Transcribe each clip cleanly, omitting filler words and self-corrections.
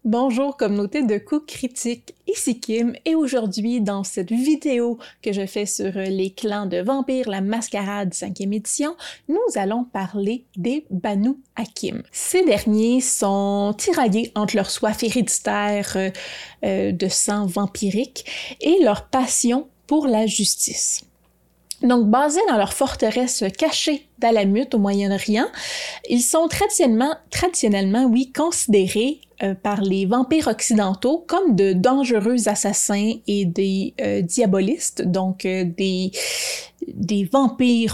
Bonjour communauté de coups critiques, ici Kim et aujourd'hui dans cette vidéo que je fais sur les clans de Vampire la Mascarade 5e édition, nous allons parler des Banu Hakim. Ces derniers sont tiraillés entre leur soif héréditaire de sang vampirique et leur passion pour la justice. Donc, basés dans leur forteresse cachée d'Alamut au Moyen-Orient, ils sont traditionnellement, considérés par les vampires occidentaux comme de dangereux assassins et des diabolistes, donc des vampires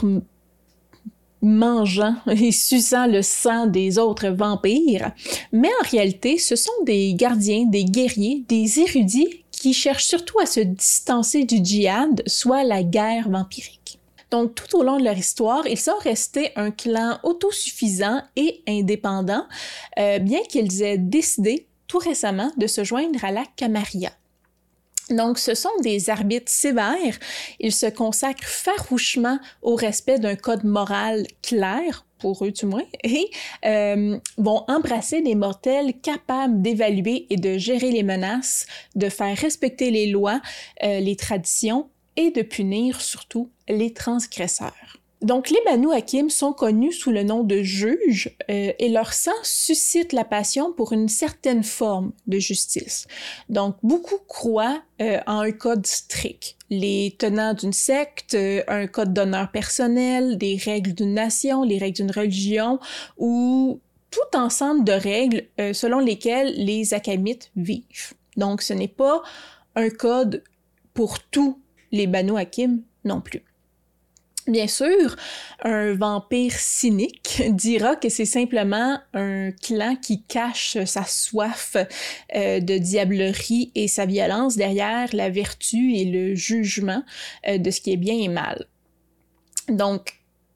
mangeant et suçant le sang des autres vampires. Mais en réalité, ce sont des gardiens, des guerriers, des érudits qui cherchent surtout à se distancer du djihad, soit la guerre vampirique. Donc, tout au long de leur histoire, ils sont restés un clan autosuffisant et indépendant, bien qu'ils aient décidé tout récemment de se joindre à la Camarilla. Donc, ce sont des arbitres sévères, ils se consacrent farouchement au respect d'un code moral clair, pour eux du moins, et vont embrasser des mortels capables d'évaluer et de gérer les menaces, de faire respecter les lois, les traditions et de punir surtout les transgresseurs. Donc, les Banu Hakim sont connus sous le nom de juges et leur sang suscite la passion pour une certaine forme de justice. Donc, beaucoup croient en un code strict. Les tenants d'une secte, un code d'honneur personnel, des règles d'une nation, les règles d'une religion ou tout ensemble de règles selon lesquelles les Hakamites vivent. Donc, ce n'est pas un code pour tous les Banu Hakim non plus. Bien sûr, un vampire cynique dira que c'est simplement un clan qui cache sa soif de diablerie et sa violence derrière la vertu et le jugement de ce qui est bien et mal. Donc,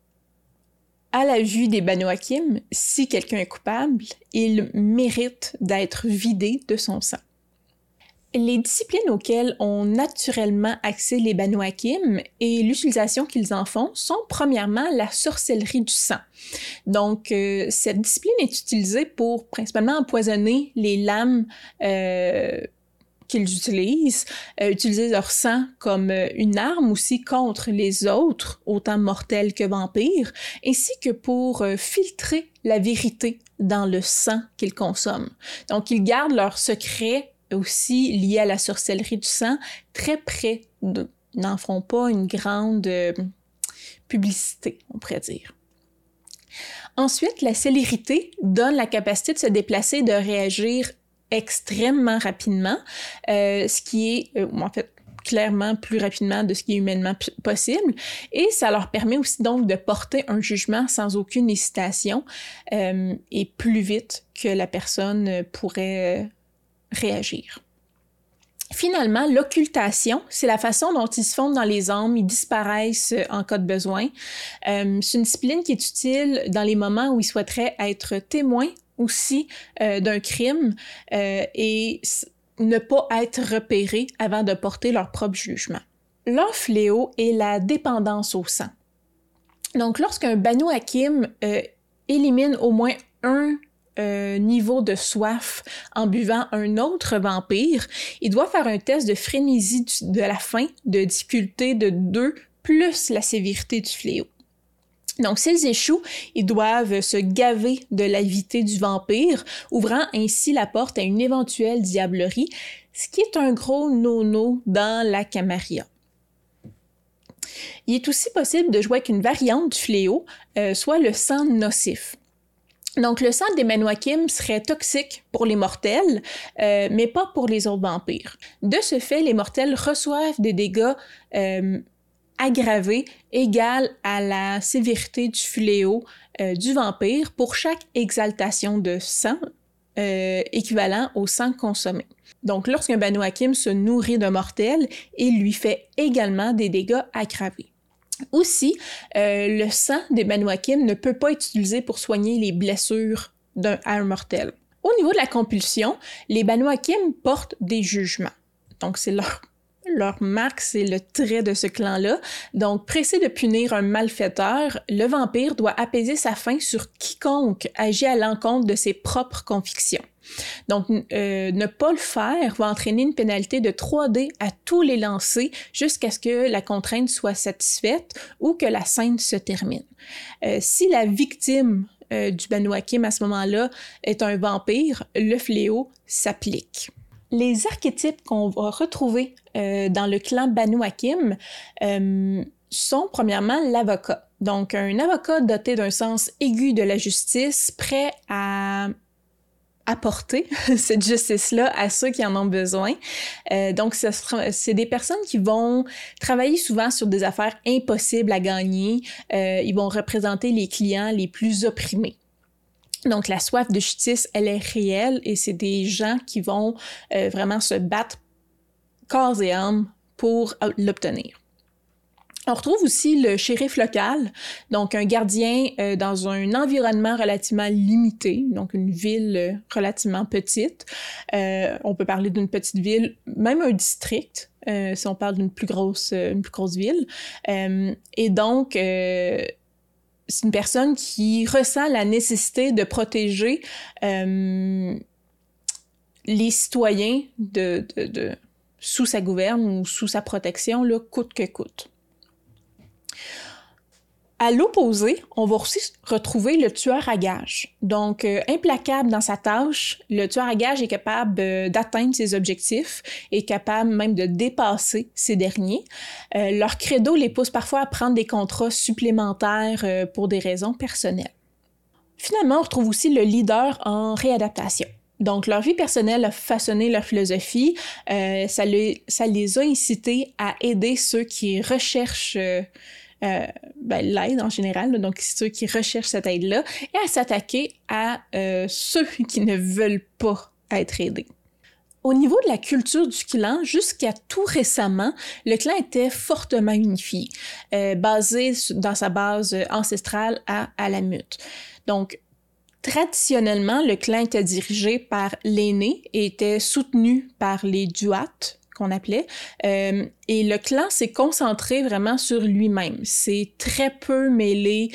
à la vue des Banu Hakim, si quelqu'un est coupable, il mérite d'être vidé de son sang. Les disciplines auxquelles ont naturellement accès les Banu Hakim et l'utilisation qu'ils en font sont premièrement la sorcellerie du sang. Donc, cette discipline est utilisée pour principalement empoisonner les lames qu'ils utilisent, utiliser leur sang comme une arme aussi contre les autres, autant mortels que vampires, ainsi que pour filtrer la vérité dans le sang qu'ils consomment. Donc, ils gardent leurs secrets aussi liés à la sorcellerie du sang, très près d'eux. Ils n'en feront pas une grande publicité, on pourrait dire. Ensuite, la célérité donne la capacité de se déplacer et de réagir extrêmement rapidement, ce qui est, en fait, clairement plus rapidement de ce qui est humainement possible, et ça leur permet aussi donc de porter un jugement sans aucune hésitation et plus vite que la personne pourrait réagir. Finalement, l'occultation, c'est la façon dont ils se fondent dans les ombres, ils disparaissent en cas de besoin. C'est une discipline qui est utile dans les moments où ils souhaiteraient être témoins aussi d'un crime et ne pas être repérés avant de porter leur propre jugement. Leur fléau est la dépendance au sang. Donc, lorsqu'un Banu Hakim élimine au moins un niveau de soif en buvant un autre vampire, il doit faire un test de frénésie de la faim de difficulté de 2 plus la sévérité du fléau. Donc, s'ils échouent, ils doivent se gaver de l'avidité du vampire, ouvrant ainsi la porte à une éventuelle diablerie, ce qui est un gros no-no dans la Camarilla. Il est aussi possible de jouer avec une variante du fléau, soit le sang nocif. Donc, le sang des Banu Hakim serait toxique pour les mortels, mais pas pour les autres vampires. De ce fait, les mortels reçoivent des dégâts aggravés égales à la sévérité du fléau du vampire pour chaque exaltation de sang équivalent au sang consommé. Donc, lorsqu'un Banu Hakim se nourrit d'un mortel, il lui fait également des dégâts aggravés. Aussi, le sang des Banu Hakim ne peut pas être utilisé pour soigner les blessures à un mortel. Au niveau de la compulsion, les Banu Hakim portent des jugements. Donc, c'est leur marque, c'est le trait de ce clan-là. Donc, pressé de punir un malfaiteur, le vampire doit apaiser sa faim sur quiconque agit à l'encontre de ses propres convictions. Donc, ne pas le faire va entraîner une pénalité de 3D à tous les lancers jusqu'à ce que la contrainte soit satisfaite ou que la scène se termine. Si la victime du Banu-Hakim à ce moment-là est un vampire, le fléau s'applique. Les archétypes qu'on va retrouver dans le clan Banu-Hakim sont premièrement l'avocat. Donc, un avocat doté d'un sens aigu de la justice, prêt à apporter cette justice-là à ceux qui en ont besoin. Donc, c'est des personnes qui vont travailler souvent sur des affaires impossibles à gagner. Ils vont représenter les clients les plus opprimés. Donc, la soif de justice, elle est réelle et c'est des gens qui vont vraiment se battre corps et âme pour l'obtenir. On retrouve aussi le shérif local, donc un gardien dans un environnement relativement limité, donc une ville relativement petite. On peut parler d'une petite ville, même un district, si on parle d'une plus grosse ville. Et donc, c'est une personne qui ressent la nécessité de protéger les citoyens sous sa gouverne ou sous sa protection, là, coûte que coûte. À l'opposé, on va aussi retrouver le tueur à gages. Donc, implacable dans sa tâche, le tueur à gages est capable d'atteindre ses objectifs, est capable même de dépasser ces derniers. Leur credo les pousse parfois à prendre des contrats supplémentaires pour des raisons personnelles. Finalement, on retrouve aussi le leader en réadaptation. Donc, leur vie personnelle a façonné leur philosophie. Ça les a incités à aider ceux qui recherchent l'aide en général, donc ceux qui recherchent cette aide-là, et à s'attaquer à ceux qui ne veulent pas être aidés. Au niveau de la culture du clan, jusqu'à tout récemment, le clan était fortement unifié, basé dans sa base ancestrale à Alamut. Donc, traditionnellement, le clan était dirigé par l'aîné et était soutenu par les Duat, qu'on appelait, et le clan s'est concentré vraiment sur lui-même. C'est très peu mêlé,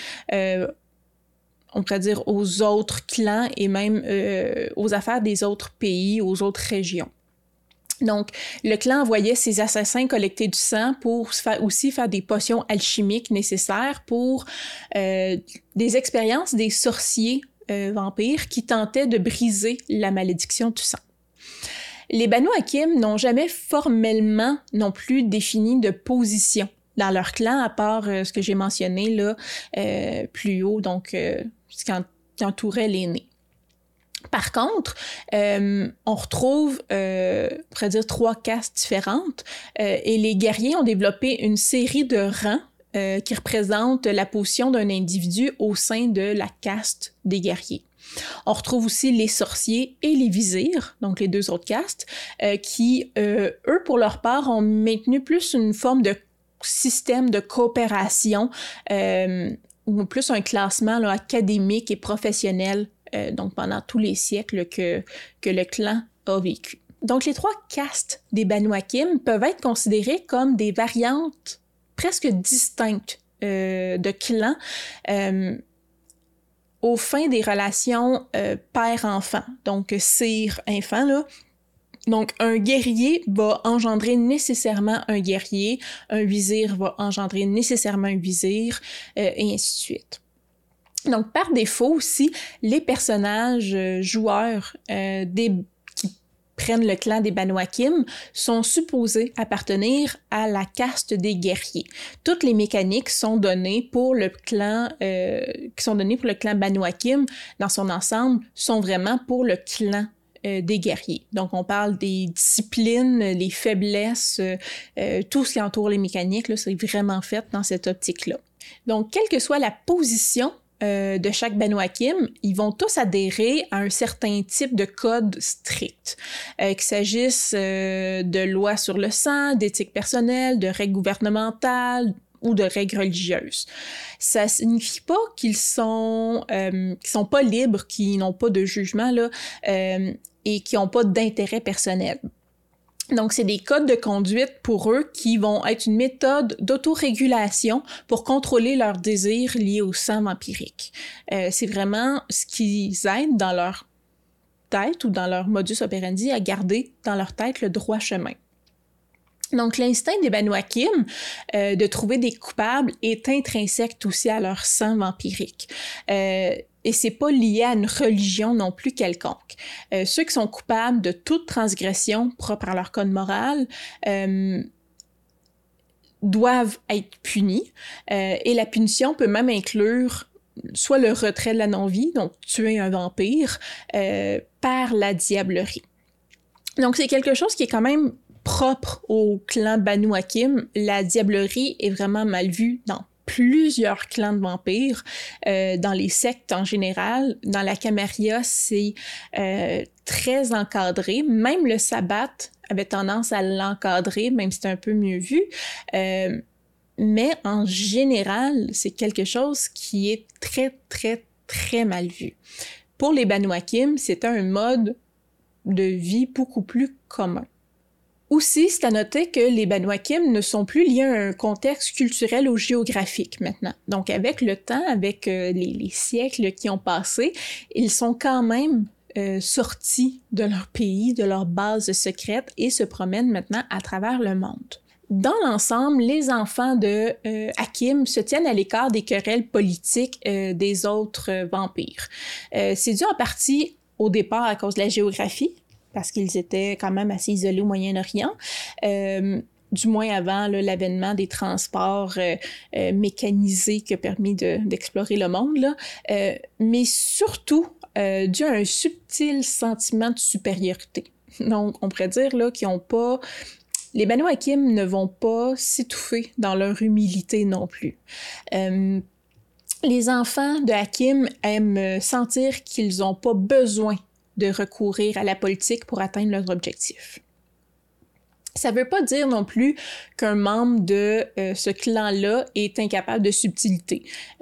on pourrait dire, aux autres clans et même aux affaires des autres pays, aux autres régions. Donc, le clan envoyait ses assassins collecter du sang pour aussi faire des potions alchimiques nécessaires pour des expériences des sorciers vampires qui tentaient de briser la malédiction du sang. Les Banu-Hakim n'ont jamais formellement non plus défini de position dans leur clan, à part ce que j'ai mentionné là plus haut, donc ce qui entourait l'aîné. Par contre, on retrouve, on pourrait dire, 3 castes différentes et les guerriers ont développé une série de rangs qui représentent la position d'un individu au sein de la caste des guerriers. On retrouve aussi les sorciers et les vizirs, donc les 2 autres castes, qui, eux, pour leur part, ont maintenu plus une forme de système de coopération ou plus un classement là, académique et professionnel donc pendant tous les siècles que le clan a vécu. Donc les 3 castes des Banu-Hakim peuvent être considérées comme des variantes presque distinctes de clans au fin des relations père-enfant, donc sire-enfant, là. Donc, un guerrier va engendrer nécessairement un guerrier, un vizir va engendrer nécessairement un vizir, et ainsi de suite. Donc, par défaut aussi, les personnages joueurs qui prennent le clan des Banu-Hakim sont supposés appartenir à la caste des guerriers. Toutes les mécaniques sont données pour le clan, Banu-Hakim dans son ensemble, sont vraiment pour le clan des guerriers. Donc, on parle des disciplines, les faiblesses, tout ce qui entoure les mécaniques, là, c'est vraiment fait dans cette optique-là. Donc, quelle que soit la position de chaque Banu-Hakim, ils vont tous adhérer à un certain type de code strict, qu'il s'agisse de lois sur le sang, d'éthique personnelle, de règles gouvernementales ou de règles religieuses. Ça signifie pas qu'ils sont pas libres, qu'ils n'ont pas de jugement là, et qui n'ont pas d'intérêt personnel. Donc, c'est des codes de conduite pour eux qui vont être une méthode d'autorégulation pour contrôler leurs désirs liés au sang vampirique. C'est vraiment ce qu'ils aident dans leur tête ou dans leur modus operandi à garder dans leur tête le droit chemin. Donc, l'instinct des Banu Hakim de trouver des coupables est intrinsèque aussi à leur sang vampirique. Et c'est pas lié à une religion non plus quelconque. Ceux qui sont coupables de toute transgression propre à leur code moral doivent être punis. Et la punition peut même inclure soit le retrait de la non-vie, donc tuer un vampire, par la diablerie. Donc, c'est quelque chose qui est quand même propre au clan Banu Hakim. La diablerie est vraiment mal vue dans plusieurs clans de vampires, dans les sectes en général. Dans la Camarilla, c'est très encadré. Même le sabbat avait tendance à l'encadrer, même si c'est un peu mieux vu. Mais en général, c'est quelque chose qui est très, très, très mal vu. Pour les Banu Hakim, c'était un mode de vie beaucoup plus commun. Aussi, c'est à noter que les Banu Hakim ne sont plus liés à un contexte culturel ou géographique maintenant. Donc, avec le temps, avec les siècles qui ont passé, ils sont quand même sortis de leur pays, de leur base secrète et se promènent maintenant à travers le monde. Dans l'ensemble, les enfants de Hakim se tiennent à l'écart des querelles politiques des autres vampires. C'est dû en partie au départ à cause de la géographie, parce qu'ils étaient quand même assez isolés au Moyen-Orient, du moins avant l'avènement des transports mécanisés qui a permis d'explorer le monde, là. Mais surtout dû à un subtil sentiment de supériorité. Donc, on pourrait dire là, qu'ils n'ont pas... Les Banu Hakim ne vont pas s'étouffer dans leur humilité non plus. Les enfants de Hakim aiment sentir qu'ils n'ont pas besoin de recourir à la politique pour atteindre leurs objectifs. Ça ne veut pas dire non plus qu'un membre de ce clan-là est incapable de subtilité.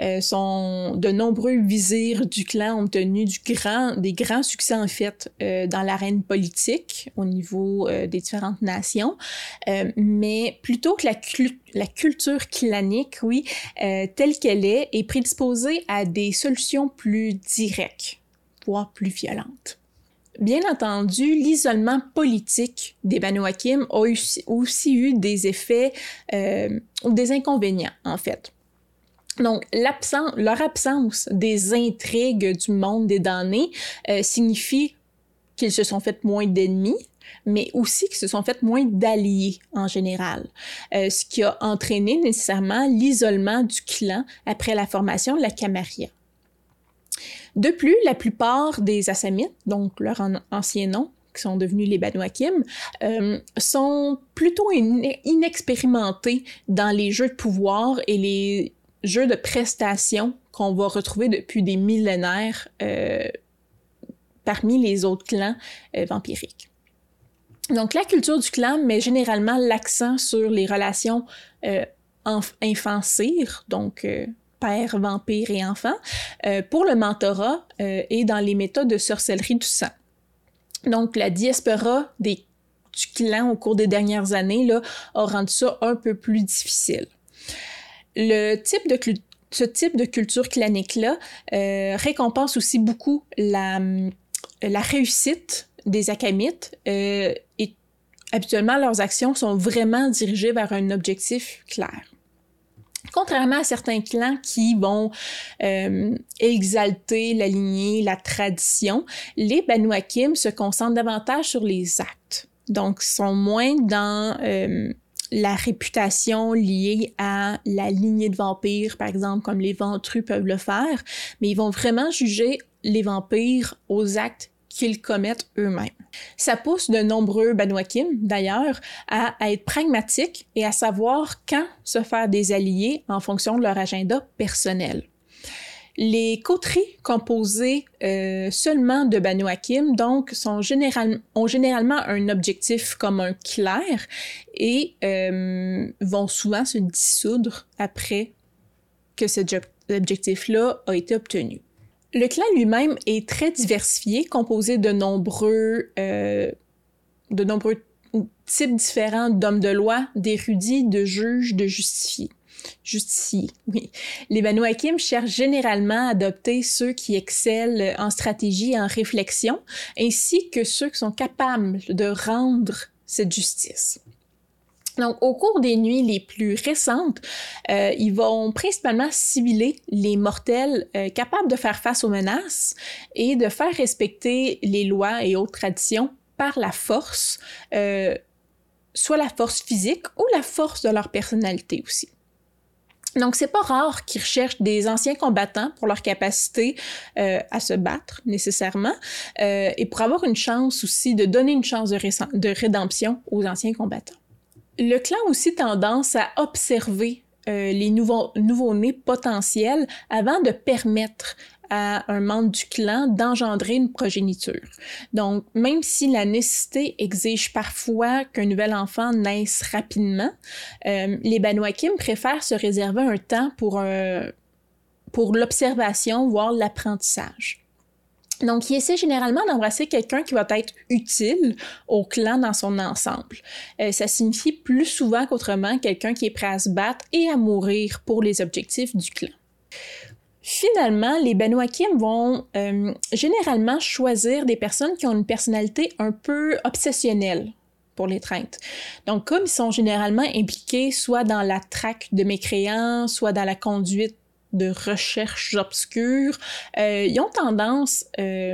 De nombreux vizirs du clan ont obtenu des grands succès en fait dans l'arène politique au niveau des différentes nations, mais plutôt que la culture clanique, oui, telle qu'elle est prédisposée à des solutions plus directes, voire plus violentes. Bien entendu, l'isolement politique des Banu Hakim a aussi eu des effets ou des inconvénients, en fait. Donc, leur absence des intrigues du monde des damnés signifie qu'ils se sont fait moins d'ennemis, mais aussi qu'ils se sont fait moins d'alliés en général, ce qui a entraîné nécessairement l'isolement du clan après la formation de la Camarilla. De plus, la plupart des Assamites, donc leur ancien nom, qui sont devenus les Banu Hakim, sont plutôt inexpérimentés dans les jeux de pouvoir et les jeux de prestation qu'on va retrouver depuis des millénaires parmi les autres clans vampiriques. Donc, la culture du clan met généralement l'accent sur les relations enfant-sire, donc père, vampire et enfant, pour le mentorat et dans les méthodes de sorcellerie du sang. Donc, la diaspora du clan au cours des dernières années là, a rendu ça un peu plus difficile. Ce type de culture clanique-là récompense aussi beaucoup la réussite des Akamites et habituellement, leurs actions sont vraiment dirigées vers un objectif clair. Contrairement à certains clans qui vont exalter la lignée, la tradition, les Banu Hakim se concentrent davantage sur les actes. Donc, sont moins dans la réputation liée à la lignée de vampires, par exemple, comme les ventrus peuvent le faire, mais ils vont vraiment juger les vampires aux actes qu'ils commettent eux-mêmes. Ça pousse de nombreux Banu Hakim, d'ailleurs, à être pragmatiques et à savoir quand se faire des alliés en fonction de leur agenda personnel. Les coteries composées seulement de Banu Hakim, donc, ont généralement un objectif commun clair et vont souvent se dissoudre après que cet objectif-là a été obtenu. Le clan lui-même est très diversifié, composé de nombreux types différents d'hommes de loi, d'érudits, de juges, de justiciers. Justiciers, oui. Les Banu Hakim cherchent généralement à adopter ceux qui excellent en stratégie et en réflexion, ainsi que ceux qui sont capables de rendre cette justice. Donc, au cours des nuits les plus récentes, ils vont principalement cibler les mortels capables de faire face aux menaces et de faire respecter les lois et autres traditions par la force, soit la force physique ou la force de leur personnalité aussi. Donc, c'est pas rare qu'ils recherchent des anciens combattants pour leur capacité à se battre, nécessairement, et pour avoir une chance aussi de donner une chance de rédemption aux anciens combattants. Le clan a aussi tendance à observer les nouveaux-nés potentiels avant de permettre à un membre du clan d'engendrer une progéniture. Donc, même si la nécessité exige parfois qu'un nouvel enfant naisse rapidement, les Banu Hakim préfèrent se réserver un temps pour l'observation, voire l'apprentissage. Donc, il essaie généralement d'embrasser quelqu'un qui va être utile au clan dans son ensemble. Ça signifie plus souvent qu'autrement quelqu'un qui est prêt à se battre et à mourir pour les objectifs du clan. Finalement, les Banu Hakim vont généralement choisir des personnes qui ont une personnalité un peu obsessionnelle pour l'étreinte. Donc, comme ils sont généralement impliqués soit dans la traque de mécréants, soit dans la conduite de recherches obscures, ils ont tendance,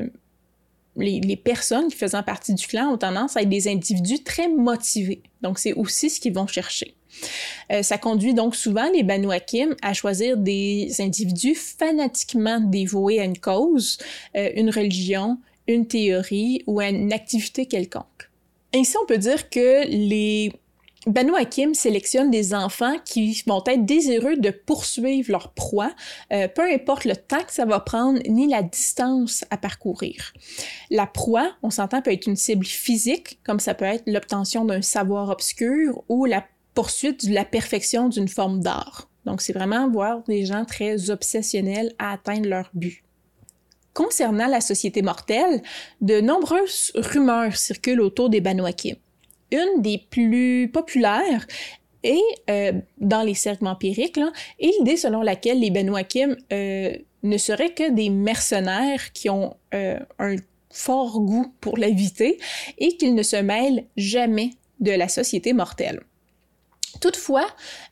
les personnes qui faisant partie du clan ont tendance à être des individus très motivés. Donc, c'est aussi ce qu'ils vont chercher. Ça conduit donc souvent les Banu Hakim à choisir des individus fanatiquement dévoués à une cause, une religion, une théorie ou à une activité quelconque. Ainsi, on peut dire que les Banu Hakim sélectionne des enfants qui vont être désireux de poursuivre leur proie, peu importe le temps que ça va prendre ni la distance à parcourir. La proie, on s'entend, peut être une cible physique, comme ça peut être l'obtention d'un savoir obscur ou la poursuite de la perfection d'une forme d'art. Donc, c'est vraiment voir des gens très obsessionnels à atteindre leur but. Concernant la société mortelle, de nombreuses rumeurs circulent autour des Banu Hakim. Une des plus populaires est, dans les cercles vampiriques, là, est l'idée selon laquelle les Banu Hakim ne seraient que des mercenaires qui ont un fort goût pour la vitesse et qu'ils ne se mêlent jamais de la société mortelle. Toutefois,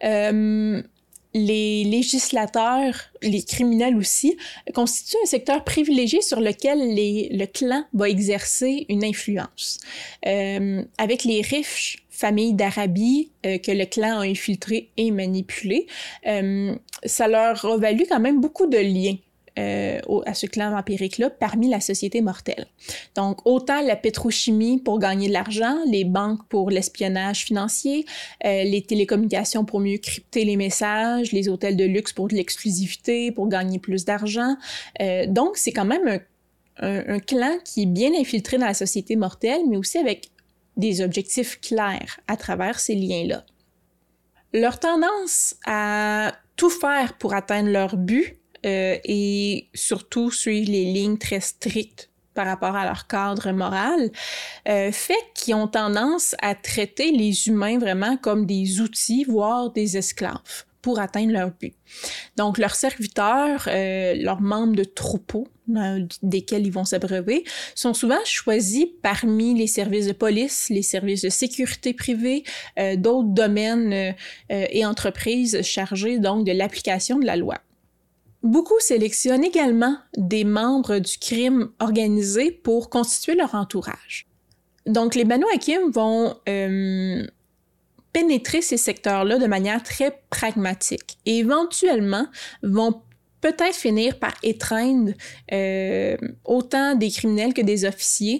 les législateurs, les criminels aussi, constituent un secteur privilégié sur lequel le clan va exercer une influence. Avec les riches familles d'Arabie que le clan a infiltrées et manipulées, ça leur a valu quand même beaucoup de liens à ce clan vampirique-là parmi la société mortelle. Donc, autant la pétrochimie pour gagner de l'argent, les banques pour l'espionnage financier, les télécommunications pour mieux crypter les messages, les hôtels de luxe pour de l'exclusivité, pour gagner plus d'argent. Donc, c'est quand même un clan qui est bien infiltré dans la société mortelle, mais aussi avec des objectifs clairs à travers ces liens-là. Leur tendance à tout faire pour atteindre leur but et surtout suivre les lignes très strictes par rapport à leur cadre moral, fait qu'ils ont tendance à traiter les humains vraiment comme des outils, voire des esclaves pour atteindre leur but. Donc, leurs serviteurs, leurs membres de troupeaux, desquels ils vont s'abreuver, sont souvent choisis parmi les services de police, les services de sécurité privée, d'autres domaines et entreprises chargées donc de l'application de la loi. Beaucoup sélectionnent également des membres du crime organisé pour constituer leur entourage. Donc, les Banu Hakim vont pénétrer ces secteurs-là de manière très pragmatique et éventuellement vont peut-être finir par étreindre autant des criminels que des officiers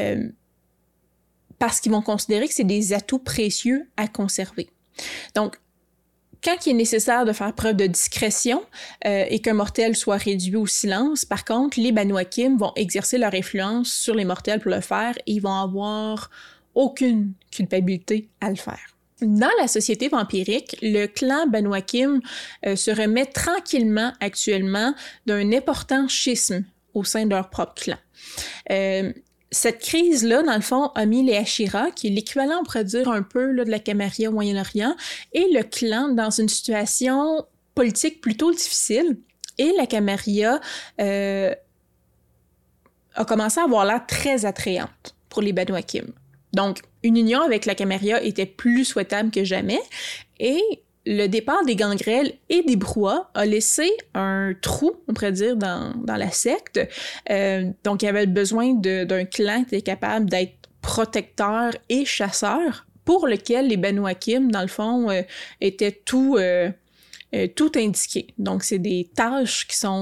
parce qu'ils vont considérer que c'est des atouts précieux à conserver. Donc, quand il est nécessaire de faire preuve de discrétion et qu'un mortel soit réduit au silence, par contre, les Banu Hakim vont exercer leur influence sur les mortels pour le faire et ils vont avoir aucune culpabilité à le faire. Dans la société vampirique, le clan Banu Hakim se remet tranquillement actuellement d'un important schisme au sein de leur propre clan. Cette crise-là, dans le fond, a mis les Hashira, qui est l'équivalent, on pourrait dire, un peu là, de la Camarilla au Moyen-Orient, et le clan dans une situation politique plutôt difficile. Et la Camarilla a commencé à avoir l'air très attrayante pour les Banu Hakim. Donc, une union avec la Camarilla était plus souhaitable que jamais, et le départ des gangrels et des brouhahs a laissé un trou, on pourrait dire, dans la secte. Donc, il y avait besoin d'un clan qui était capable d'être protecteur et chasseur, pour lequel les Banu Hakim, dans le fond, étaient tout indiqués. Donc, c'est des tâches qui sont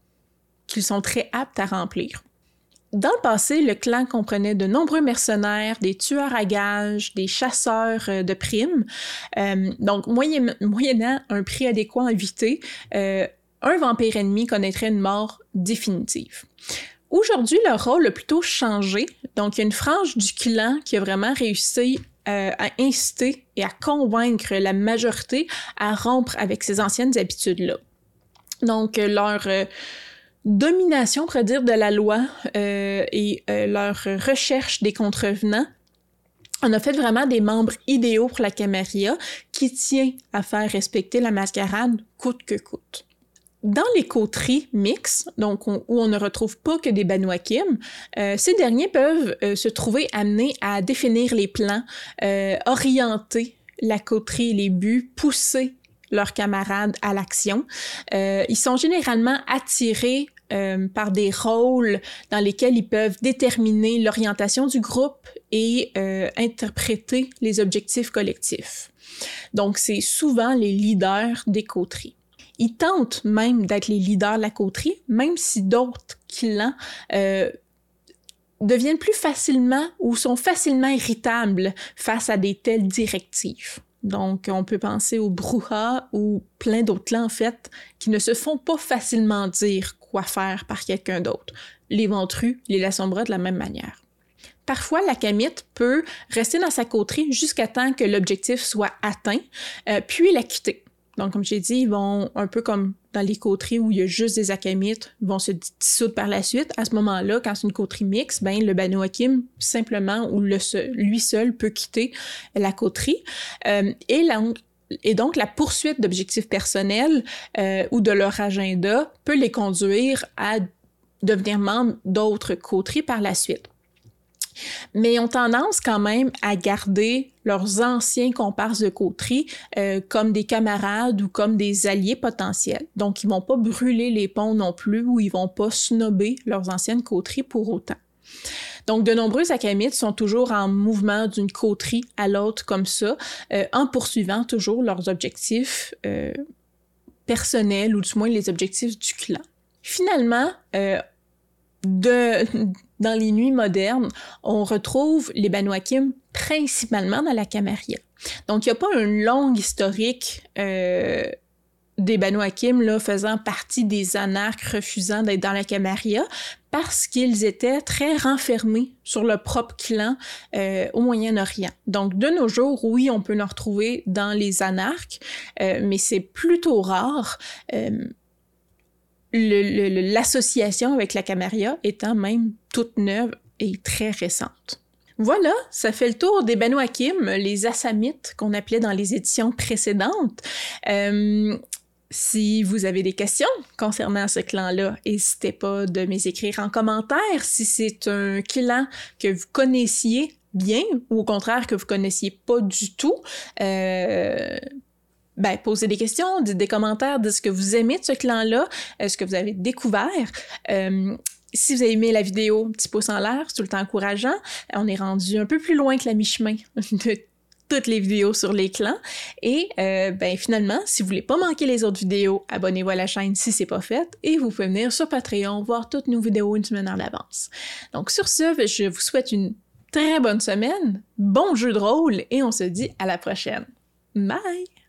très aptes à remplir. Dans le passé, le clan comprenait de nombreux mercenaires, des tueurs à gages, des chasseurs de primes. Donc, moyennant un prix adéquat invité, un vampire ennemi connaîtrait une mort définitive. Aujourd'hui, leur rôle a plutôt changé. Donc, il y a une frange du clan qui a vraiment réussi à inciter et à convaincre la majorité à rompre avec ces anciennes habitudes-là. Donc, leur domination, on pourrait dire, de la loi et leur recherche des contrevenants, on a fait vraiment des membres idéaux pour la Camarilla qui tient à faire respecter la mascarade coûte que coûte. Dans les coteries mixtes, donc où on ne retrouve pas que des Banu Hakim, ces derniers peuvent se trouver amenés à définir les plans, orienter la coterie et les buts, pousser leurs camarades à l'action. Ils sont généralement attirés par des rôles dans lesquels ils peuvent déterminer l'orientation du groupe et interpréter les objectifs collectifs. Donc, c'est souvent les leaders des coteries. Ils tentent même d'être les leaders de la coterie, même si d'autres clans deviennent plus facilement ou sont facilement irritables face à des telles directives. Donc, on peut penser aux brouhahs ou plein d'autres clans, en fait, qui ne se font pas facilement dire quoi faire par quelqu'un d'autre. Les ventrus les laissent en bras de la même manière. Parfois, l'akamite peut rester dans sa coterie jusqu'à temps que l'objectif soit atteint, puis la quitter. Donc, comme j'ai dit, ils vont, un peu comme dans les coteries où il y a juste des akamites, vont se dissoudre par la suite. À ce moment-là, quand c'est une coterie mixte, ben le Banu Hakim, simplement, ou lui seul peut quitter la coterie. Et donc, la poursuite d'objectifs personnels ou de leur agenda peut les conduire à devenir membres d'autres coteries par la suite. Mais ils ont tendance quand même à garder leurs anciens comparses de coterie comme des camarades ou comme des alliés potentiels. Donc, ils vont pas brûler les ponts non plus ou ils vont pas snobber leurs anciennes coteries pour autant. Donc, de nombreux akamites sont toujours en mouvement d'une coterie à l'autre comme ça, en poursuivant toujours leurs objectifs personnels ou du moins les objectifs du clan. Finalement, dans les nuits modernes, on retrouve les Banu Hakim principalement dans la Camarilla. Donc, il n'y a pas une longue historique des Banu Hakim là, faisant partie des anarques refusant d'être dans la Camarilla parce qu'ils étaient très renfermés sur leur propre clan au Moyen-Orient. Donc, de nos jours, oui, on peut en retrouver dans les anarques, mais c'est plutôt rare. L'association avec la Camarilla étant même toute neuve et très récente. Voilà, ça fait le tour des Banu Hakim, les Assamites qu'on appelait dans les éditions précédentes. Si vous avez des questions concernant ce clan-là, n'hésitez pas de m'écrire en commentaire. Si c'est un clan que vous connaissiez bien ou au contraire que vous connaissiez pas du tout, posez des questions, dites des commentaires, dites ce que vous aimez de ce clan-là, ce que vous avez découvert. Si vous avez aimé la vidéo, petit pouce en l'air, c'est tout le temps encourageant. On est rendu un peu plus loin que la mi-chemin de toutes les vidéos sur les clans. Et finalement, si vous voulez pas manquer les autres vidéos, abonnez-vous à la chaîne si c'est pas fait. Et vous pouvez venir sur Patreon voir toutes nos vidéos une semaine en avance. Donc sur ce, je vous souhaite une très bonne semaine, bon jeu de rôle et on se dit à la prochaine. Bye!